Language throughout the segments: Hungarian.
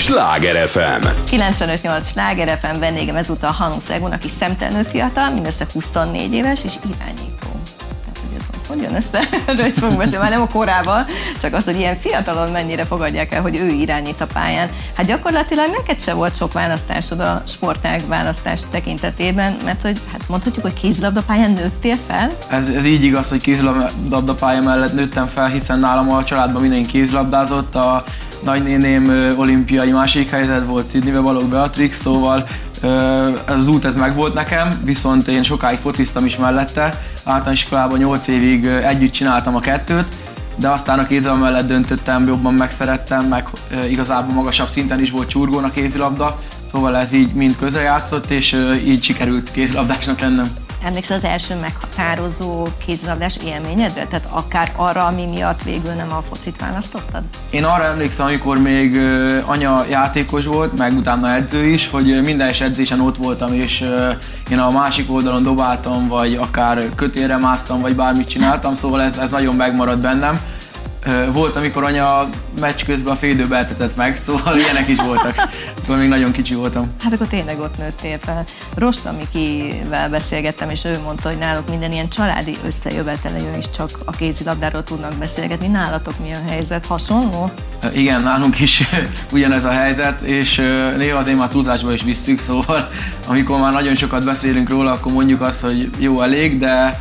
Sláger FM. 95.8 Sláger FM, vendégem ezúttal Hanusz Egon, aki szemtelenül fiatal, mindössze 24 éves és irányító. Tehát, hogy ez hogy jön össze? Erről is fogunk beszélni, már nem a korával, csak az, hogy ilyen fiatalon mennyire fogadják el, hogy ő irányít a pályán. Hát gyakorlatilag neked se volt sok választásod a sportág választás tekintetében, mert hogy hát mondhatjuk, hogy kézilabdapályán nőttél fel? Ez így igaz, hogy kézilabdapálya mellett nőttem fel, hiszen nálam a családban mindenki kézilabdázott. A nagynéném olimpiai második helyzet volt Sydneybe, Balogh Beatrix, szóval ez az út ez megvolt nekem, viszont én sokáig fociztam is mellette. Általános iskolában 8 évig együtt csináltam a kettőt, de aztán a kézilabda mellett döntöttem, jobban megszerettem, meg igazából magasabb szinten is volt csurgón a kézilabda, szóval ez így mind közrejátszott, és így sikerült kézilabdásnak lennem. Emlékszel az első meghatározó kézilabdás élményedre? Tehát akár arra, ami miatt végül nem a focit választottad? Én arra emlékszem, amikor még anya játékos volt, meg utána edző is, hogy minden edzésen ott voltam, és én a másik oldalon dobáltam, vagy akár kötélre másztam, vagy bármit csináltam, szóval ez nagyon megmaradt bennem. Volt, amikor anya meccs közben a félidőbe eltetett meg, szóval ilyenek is voltak, akkor még nagyon kicsi voltam. Hát akkor tényleg ott nőttél fel. Rosta Mikivel beszélgettem, és ő mondta, hogy náluk minden ilyen családi összejövetelejön is csak a kézilabdáról tudnak beszélgetni. Nálatok mi a helyzet? Hasonló? Igen, nálunk is ugyanez a helyzet, és néha azért már túlzásba is visszük, szóval amikor már nagyon sokat beszélünk róla, akkor mondjuk azt, hogy jó, elég,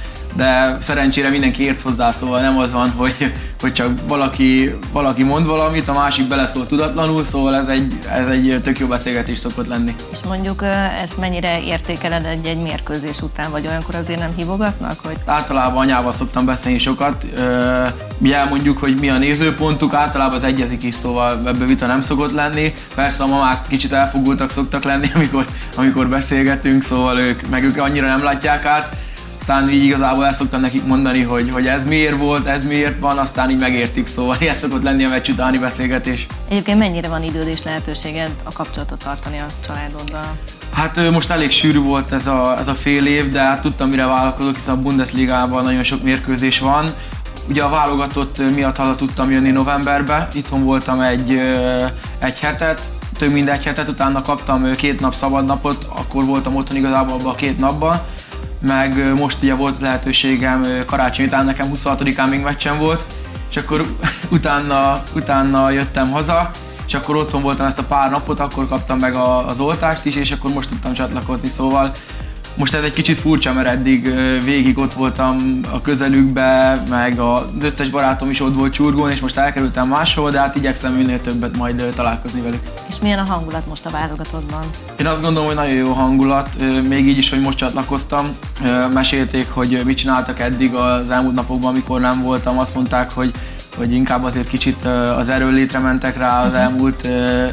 de szerencsére mindenki ért hozzá, szóval nem az van, hogy csak valaki mond valamit, a másik beleszól tudatlanul, szóval ez egy tök jó beszélgetés szokott lenni. És mondjuk ezt mennyire értékeled egy mérkőzés után, vagy olyankor azért nem hívogatnak? Hogy... Általában anyával szoktam beszélni sokat, elmondjuk, hogy mi a nézőpontuk, általában az egyezik is, szóval ebből vita nem szokott lenni. Persze a mamák kicsit elfogultak szoktak lenni, amikor beszélgetünk, szóval ők annyira nem látják át. Aztán így igazából el szoktam nekik mondani, hogy ez miért volt, ez miért van, aztán így megértik, szóval ilyen szokott lenni a meccs utáni beszélgetés. Egyébként mennyire van időd és lehetőséged a kapcsolatot tartani a családoddal? Hát most elég sűrű volt ez a fél év, de hát tudtam, mire vállalkozok, hiszen a Bundesligában nagyon sok mérkőzés van. Ugye a válogatott miatt haza tudtam jönni novemberbe, itthon voltam egy hetet, több mint egy hetet, utána kaptam 2 nap szabad napot, akkor voltam otthon igazából abban a 2 napban. Meg most ugye volt lehetőségem karácsony után, nekem 26-án még meccsem volt, és akkor utána jöttem haza, és akkor otthon voltam ezt a pár napot, akkor kaptam meg az oltást is, és akkor most tudtam csatlakozni, szóval most ez egy kicsit furcsa, mert eddig végig ott voltam a közelükbe, meg az összes barátom is ott volt csurgón, és most elkerültem máshol, de hát igyekszem minél többet majd találkozni velük. És milyen a hangulat most a válogatottban? Én azt gondolom, hogy nagyon jó hangulat, még így is, hogy most csatlakoztam. Mesélték, hogy mit csináltak eddig az elmúlt napokban, amikor nem voltam, azt mondták, hogy inkább azért kicsit az erőnlétre mentek rá az elmúlt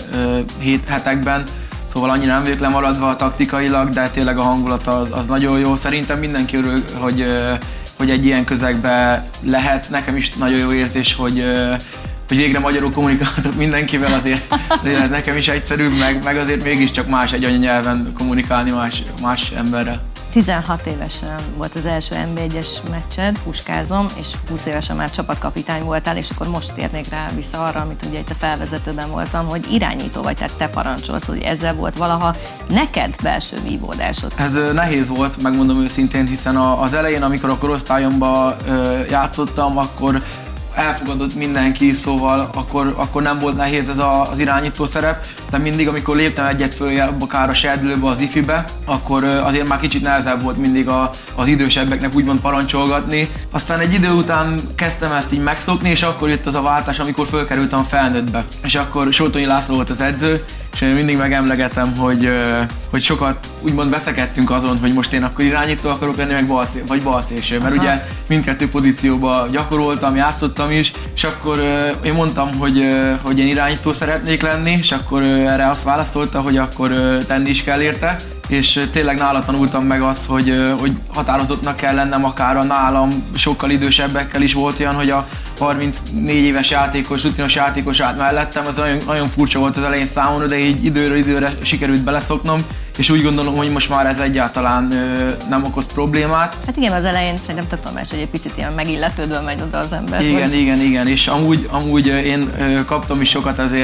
hetekben. Szóval annyira nem vagyok lemaradva taktikailag, de tényleg a hangulat az nagyon jó. Szerintem mindenki örül, hogy egy ilyen közegben lehet. Nekem is nagyon jó érzés, hogy végre magyarul kommunikálhatok mindenkivel, azért nekem is egyszerűbb, meg azért mégiscsak más egy anyanyelven kommunikálni más emberrel. 16 évesen volt az első NB1-es meccsed, Puskázom, és 20 évesen már csapatkapitány voltál, és akkor most térnék rá vissza arra, amit ugye itt a felvezetőben voltam, hogy irányító vagy, tehát te parancsolsz, hogy ezzel volt valaha neked belső vívódásod. Ez nehéz volt, megmondom őszintén, hiszen az elején, amikor a korosztályomban játszottam, akkor elfogadott mindenki, szóval akkor nem volt nehéz ez az irányító szerep, de mindig, amikor léptem egyet följebb, akár a serdülőbe, az ifibe, akkor azért már kicsit nehezebb volt mindig az idősebbeknek úgymond parancsolgatni. Aztán egy idő után kezdtem ezt így megszokni, és akkor jött az a váltás, amikor fölkerültem felnőttbe. És akkor Sótonyi László volt az edző, és én mindig megemlegetem, hogy sokat úgymond veszekedtünk azon, hogy most én akkor irányító akarok lenni, vagy balszélső, mert ugye mindkettő pozícióban gyakoroltam, játszottam is, és akkor én mondtam, hogy én irányító szeretnék lenni, és akkor erre azt válaszolta, hogy akkor tenni is kell érte, és tényleg nála tanultam meg azt, hogy határozottnak kell lennem, akár a nálam sokkal idősebbekkel is volt olyan, hogy a 34 éves játékos, rutinos játékos állt mellettem, az nagyon furcsa volt az elején számomra, de így időről időre sikerült beleszoknom, és úgy gondolom, hogy most már ez egyáltalán nem okoz problémát. Hát igen, az elején szerintem tök normális, hogy egy picit ilyen megilletődve megy oda az ember. Igen, és amúgy én kaptam is sokat ezért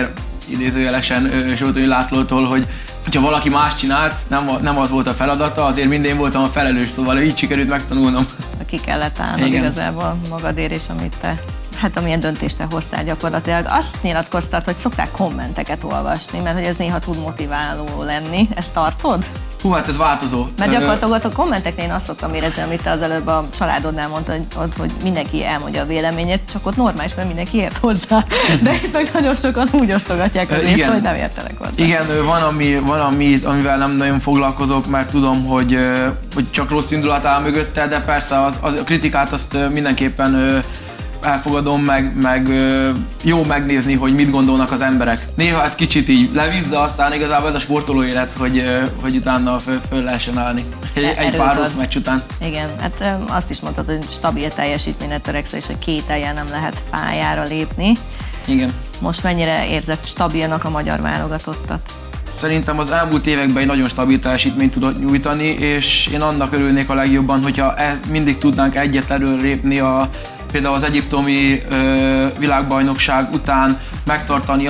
idézőjelesen Zsoltonyi Lászlótól, hogy ha valaki más csinált, nem az volt a feladata, azért én voltam a felelős, szóval így sikerült megtanulnom. Ki kellett állnod igazából magadért, és amit te, hát amilyen döntést te hoztál gyakorlatilag. Azt nyilatkoztad, hogy szokták kommenteket olvasni, mert hogy ez néha tud motiváló lenni. Ezt tartod? Hú, hát ez változó. Mert gyakorlatilag a kommenteknél én azt szoktam érezni, amit te az előbb a családodnál mondtad, hogy mindenki elmondja a véleményét, csak ott normális, mert mindenki ért hozzá. De itt meg nagyon sokan úgy osztogatják a részt, hogy nem értenek hozzá. Igen, van, amivel nem nagyon foglalkozok, mert tudom, hogy csak rossz indulat áll mögötte, de persze a kritikát azt mindenképpen elfogadom, meg jó megnézni, hogy mit gondolnak az emberek. Néha ez kicsit így levisz, de aztán igazából ez a sportoló élet, hogy utána föl lehessen állni. Egy pár rossz meccs után. Igen, hát azt is mondtad, hogy stabil teljesítményre törekszel, és hogy 2 helyen nem lehet pályára lépni. Igen. Most mennyire érzed stabilnak a magyar válogatottat? Szerintem az elmúlt években egy nagyon stabil teljesítményt tudott nyújtani, és én annak örülnék a legjobban, hogyha mindig tudnánk egyet erről lépni például az egyiptomi világbajnokság után megtartani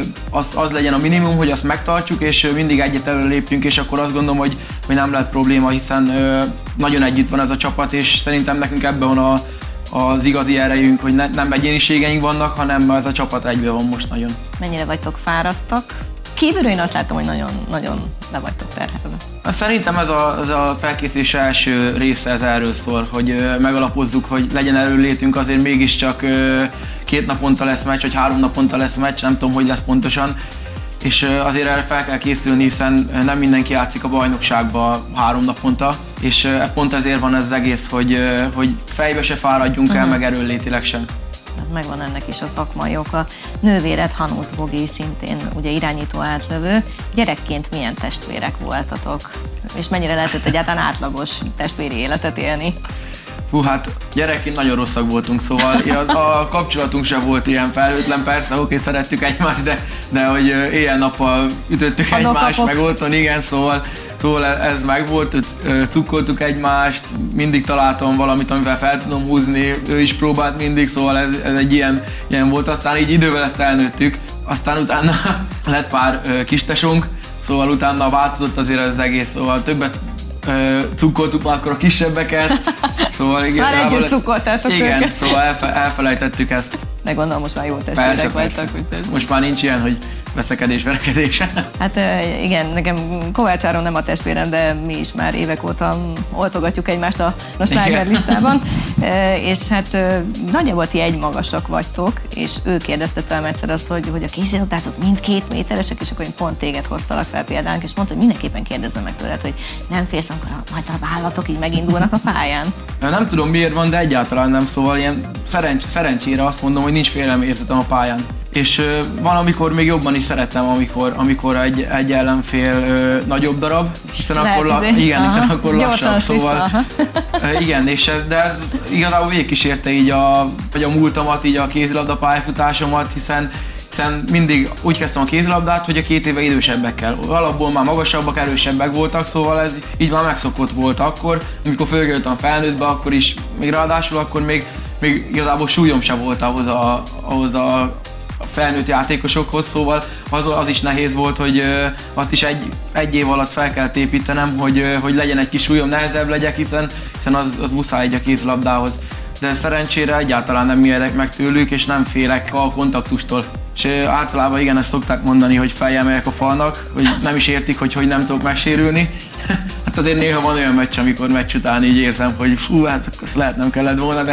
az legyen a minimum, hogy azt megtartjuk, és mindig egyet elő lépjünk, és akkor azt gondolom, hogy nem lehet probléma, hiszen nagyon együtt van ez a csapat, és szerintem nekünk ebben van az igazi erejünk, hogy nem egyéniségeink vannak, hanem ez a csapat egyben van most nagyon. Mennyire vagytok fáradtak? Kívülről én azt látom, hogy nagyon le vagytok terhelve. Szerintem ez a felkészülés első része, ez erről szól, hogy megalapozzuk, hogy legyen előlétünk, azért mégiscsak 2 naponta lesz meccs, vagy 3 naponta lesz meccs, nem tudom, hogy lesz pontosan. És azért erre fel kell készülni, hiszen nem mindenki játszik a bajnokságba 3 naponta, és pont ezért van ez az egész, hogy fejbe se fáradjunk el, meg erőlétileg sem. Megvan ennek is a szakmai oka. Nővéred Hanusz Bogi szintén ugye irányító átlövő. Gyerekként milyen testvérek voltatok? És mennyire lehetett egyáltalán átlagos testvéri életet élni? Hú, hát gyerekként nagyon rosszak voltunk, szóval a kapcsolatunk sem volt ilyen felhőtlen, persze, oké, szerettük egymást, de hogy éjjel-nappal ütöttük egymást, meg otthon, igen, Szóval ez megvolt, cukkoltuk egymást, mindig találtam valamit, amivel fel tudom húzni, ő is próbált mindig, szóval ez egy ilyen volt, aztán így idővel ezt elnőttük, aztán utána lett pár kistesónk, szóval utána változott azért az egész, szóval többet cukkoltuk már akkor a kisebbeket, szóval igen. Már együtt cukkoltátok igen, őket. Szóval elfelejtettük ezt. De gondolom most már jó testvérek vagytok. Most már nincs ilyen, hogy veszekedés, verekedés. Hát igen, nekem Kovács Áron nem a testvérem, de mi is már évek óta oltogatjuk egymást a sláger listában. És hát nagyjából ti egymagasak vagytok, és ő kérdezte tőlem egyszer azt, hogy a kézilabdázók mind 2 méteresek, és akkor én pont téged hoztalak fel példának, és mondta, hogy mindenképpen kérdezzem meg tőled, hogy nem félsz, amikor majd a vállatok így megindulnak a pályán? Nem tudom miért van, de egyáltalán nem, szóval ilyen szerencsére azt mondom, hogy nincs félelmérzetem a pályán. És van, amikor még jobban is szeretem, amikor egy ellenfél nagyobb darab, hiszen akkor lassabb, szóval igen, de ez igazából végigkísérte így a múltamat, így a kézilabda pályafutásomat, hiszen mindig úgy kezdtem a kézilabdát, hogy a 2 éve idősebbekkel. Alapból már magasabbak, erősebbek voltak, szóval ez így már megszokott volt akkor, amikor fölkerültem felnőttbe, akkor is, még ráadásul akkor még igazából súlyom sem volt ahhoz a felnőtt játékosokhoz, szóval az is nehéz volt, hogy azt is egy év alatt fel kellett építenem, hogy legyen egy kis súlyom, nehezebb legyek, hiszen az muszáj egy a kézilabdához. De szerencsére egyáltalán nem ijedek meg tőlük, és nem félek a kontaktustól. És általában igen, ezt szokták mondani, hogy fejjel megyek a falnak, hogy nem is értik, hogy nem tudok megsérülni. Hát azért néha van olyan meccs, amikor meccs után így érzem, hogy fú, hát ezt lehet nem kellett volna,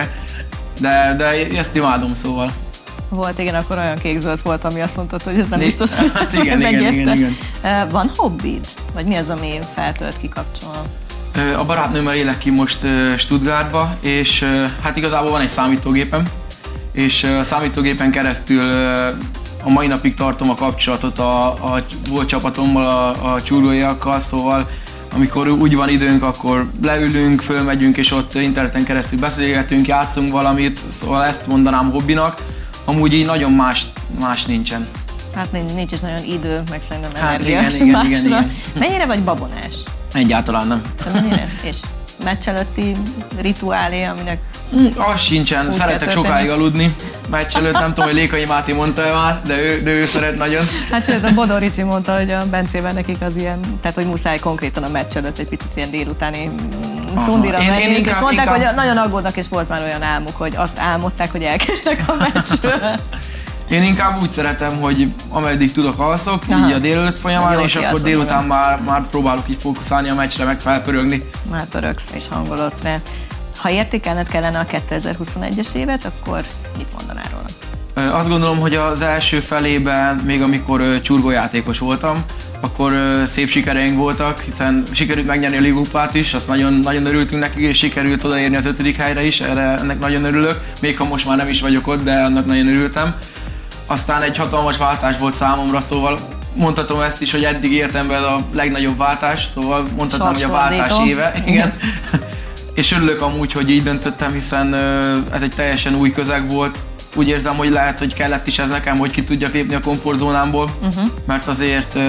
de ezt imádom, szóval. Volt, igen, akkor olyan kékzöld volt, ami azt mondtad, hogy ez nem biztos, hát igen. Van hobbid? Vagy mi az, ami feltölt, kikapcsol? A barátnőmmel élek ki most Stuttgartba, és hát igazából van egy számítógépem, és a számítógépen keresztül a mai napig tartom a kapcsolatot a volt csapatommal, a csurgóiakkal, szóval amikor úgy van időnk, akkor leülünk, fölmegyünk, és ott interneten keresztül beszélgetünk, játszunk valamit, szóval ezt mondanám hobbinak. Amúgy így nagyon más nincsen. Hát nincs is nagyon idő, meg szerintem energiás másra. Igen. Mennyire vagy babonás? Egyáltalán nem. Mennyire? És? meccs előtti rituálé, aminek... Az sincsen, szeretek sokáig aludni. Meccs előtt nem tudom, hogy Lékai Máté mondta-e már, de ő szeret nagyon. Hát sőt, a Bodor Ricsi mondta, hogy a Bencében nekik az ilyen, tehát hogy muszáj konkrétan a meccs előtt egy picit ilyen délutáni szundira menni, és mondták, hogy nagyon aggódnak, és volt már olyan álmuk, hogy azt álmodták, hogy elkésnek a meccsről. Én inkább úgy szeretem, hogy ameddig tudok alszok, így a délelőtt folyamán, és akkor délután már próbálok így fókuszálni a meccsre, meg felpörögni. Már pörögsz és hangolodsz rá. Ha értékelned kellene a 2021-es évet, akkor mit mondanál róla? Azt gondolom, hogy az első felében, még amikor csurgójátékos voltam, akkor szép sikereink voltak, hiszen sikerült megnyerni a ligakupát is, azt nagyon, nagyon örültünk neki, és sikerült odaérni az 5. helyre is, ennek nagyon örülök, még ha most már nem is vagyok ott, de annak nagyon örültem. Aztán egy hatalmas váltás volt számomra, szóval mondhatom ezt is, hogy eddig értem be a legnagyobb váltás, szóval mondhatnám, hogy a váltás éve. Igen. És örülök amúgy, hogy így döntöttem, hiszen ez egy teljesen új közeg volt. Úgy érzem, hogy lehet, hogy kellett is ez nekem, hogy ki tudjak lépni a komfortzónámból, mert azért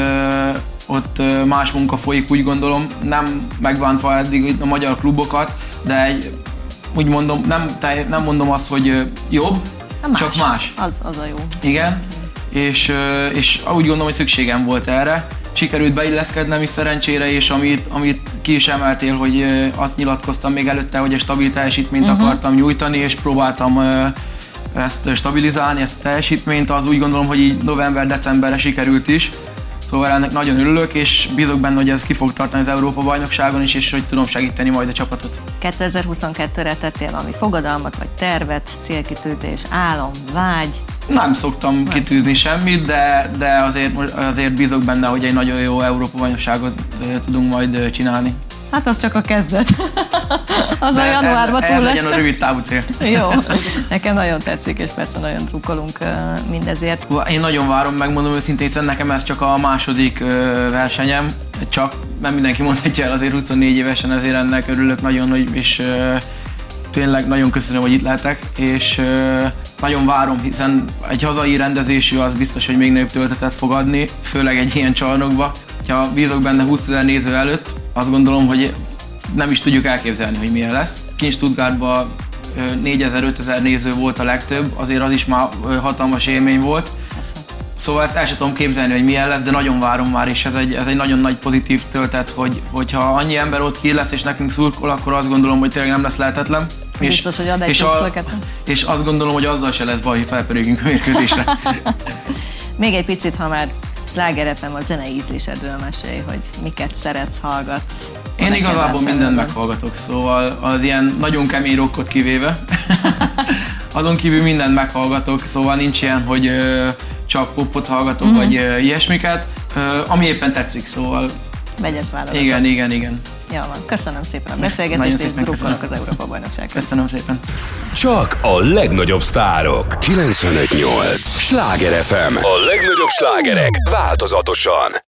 ott más munka folyik, úgy gondolom, nem megbántva eddig a magyar klubokat, de úgy mondom, nem mondom azt, hogy jobb, csak más. Az a jó. Igen, és úgy gondolom, hogy szükségem volt erre. Sikerült beilleszkednem is szerencsére, és amit ki is emeltél, hogy azt nyilatkoztam még előtte, hogy egy stabil teljesítményt akartam nyújtani, és próbáltam ezt stabilizálni, ezt a teljesítményt, az úgy gondolom, hogy így november-decemberre sikerült is. Szóval ennek nagyon örülök, és bízok benne, hogy ez ki fog tartani az Európa-bajnokságon is, és hogy tudom segíteni majd a csapatot. 2022-re tettél valami fogadalmat, vagy tervet, célkitűzés, álom, vágy? Nem szoktam kitűzni semmit, de azért bízok benne, hogy egy nagyon jó Európa-bajnokságot tudunk majd csinálni. Hát az csak a kezdet. Az a januárban túl lesz. Ez legyen a rövid távú cél. Jó, nekem nagyon tetszik, és persze nagyon drukkolunk mindezért. Én nagyon várom, megmondom őszintén, hiszen nekem ez csak a második versenyem, mert mindenki mondhatja el, azért 24 évesen, ezért ennek örülök nagyon, és tényleg nagyon köszönöm, hogy itt lehetek, és nagyon várom, hiszen egy hazai rendezésű az biztos, hogy még nagyobb töltetet fog adni, főleg egy ilyen csarnokba. Ha bízok benne 20 000 néző előtt, azt gondolom, hogy nem is tudjuk elképzelni, hogy milyen lesz. Kint Stuttgartban 4000-5000 néző volt a legtöbb, azért az is már hatalmas élmény volt. Szóval ezt el sem tudom képzelni, hogy milyen lesz, de nagyon várom már, és ez egy nagyon nagy pozitív töltet, hogyha annyi ember ott ki lesz és nekünk szurkol, akkor azt gondolom, hogy tényleg nem lesz lehetetlen. Biztos, hogy ad egy és azt gondolom, hogy azzal se lesz baj, hogy felpörögjünk a mérkőzésre. Még egy picit, ha már Sláger FM, a zenei ízlésedről mesélj, hogy miket szeretsz, hallgatsz. Én igazából mindent meghallgatok, szóval az ilyen nagyon kemény rockot kivéve. Azon kívül mindent meghallgatok, szóval nincs ilyen, hogy csak popot hallgatok, vagy ilyesmiket, ami éppen tetszik, szóval... Vegyes válogatott. Igen. Jó van, köszönöm szépen a beszélgetést, és drukkolok az Európa-bajnokságra. Köszönöm szépen. Csak a legnagyobb sztárok. 95.8. Sláger FM. A legnagyobb slágerek változatosan.